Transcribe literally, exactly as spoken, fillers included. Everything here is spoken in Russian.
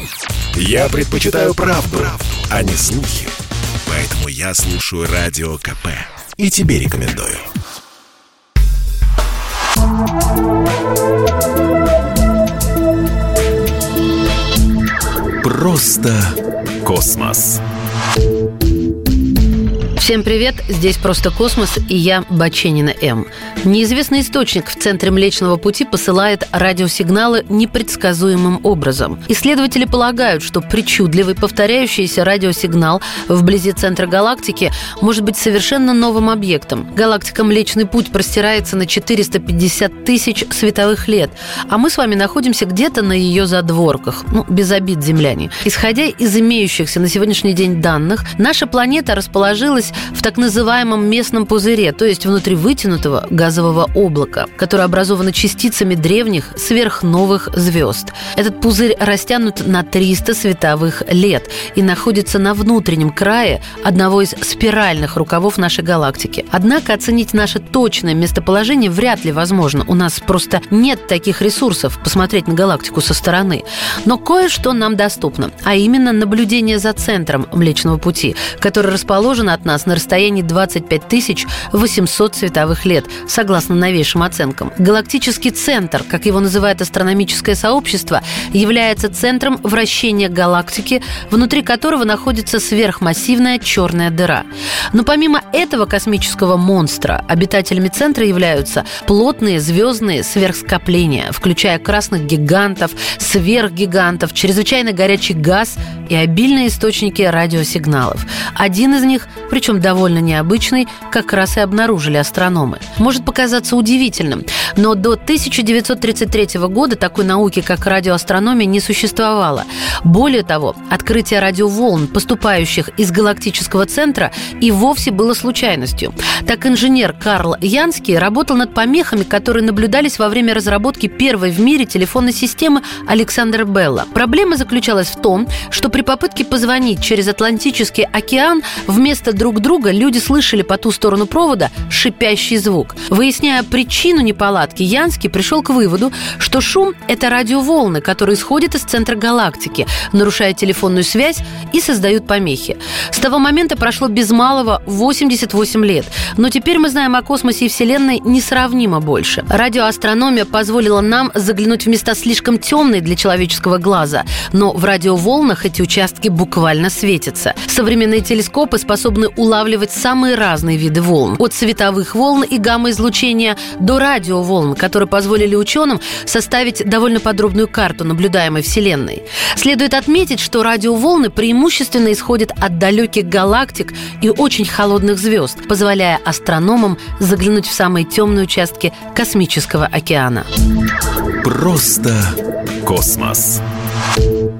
Я предпочитаю правду, правду, а не слухи. Поэтому я слушаю Радио КП. И тебе рекомендую. Просто космос. Всем привет, здесь «Просто космос» и я, Баченина М. Неизвестный источник в центре Млечного Пути посылает радиосигналы непредсказуемым образом. Исследователи полагают, что причудливый повторяющийся радиосигнал вблизи центра галактики может быть совершенно новым объектом. Галактика Млечный Путь простирается на четыреста пятьдесят тысяч световых лет, а мы с вами находимся где-то на ее задворках. Ну, без обид, земляне. Исходя из имеющихся на сегодняшний день данных, наша планета расположилась в так называемом местном пузыре, то есть внутри вытянутого газового облака, которое образовано частицами древних сверхновых звезд. Этот пузырь растянут на триста световых лет и находится на внутреннем крае одного из спиральных рукавов нашей галактики. Однако оценить наше точное местоположение вряд ли возможно. У нас просто нет таких ресурсов посмотреть на галактику со стороны. Но кое-что нам доступно, а именно наблюдение за центром Млечного Пути, который расположен от нас на расстоянии двадцать пять тысяч восемьсот световых лет, согласно новейшим оценкам. Галактический центр, как его называет астрономическое сообщество, является центром вращения галактики, внутри которого находится сверхмассивная черная дыра. Но помимо этого космического монстра, обитателями центра являются плотные звездные сверхскопления, включая красных гигантов, сверхгигантов, чрезвычайно горячий газ и обильные источники радиосигналов. Один из них, причем довольно необычный, как раз и обнаружили астрономы. Может показаться удивительным, но до тысяча девятьсот тридцать третьего года такой науки, как радиоастрономия, не существовало. Более того, открытие радиоволн, поступающих из галактического центра, и вовсе было случайностью. Так инженер Карл Янский работал над помехами, которые наблюдались во время разработки первой в мире телефонной системы Александра Белла. Проблема заключалась в том, что при попытке позвонить через Атлантический океан вместо друг друга люди слышали по ту сторону провода шипящий звук. Выясняя причину неполадки, Янский пришел к выводу, что шум – это радиоволны, которые исходят из центра галактики, нарушая телефонную связь и создают помехи. С того момента прошло без малого восемьдесят восемь лет, но теперь мы знаем о космосе и Вселенной несравнимо больше. Радиоастрономия позволила нам заглянуть в места слишком темные для человеческого глаза, но в радиоволнах эти участки буквально светятся. Современные телескопы способны улавливать самые разные виды волн, от световых волн и гамма-излучения до радиоволн, которые позволили ученым составить довольно подробную карту наблюдаемой Вселенной. Следует отметить, что радиоволны преимущественно исходят от далеких галактик и очень холодных звезд, позволяя астрономам заглянуть в самые темные участки космического океана. Просто космос.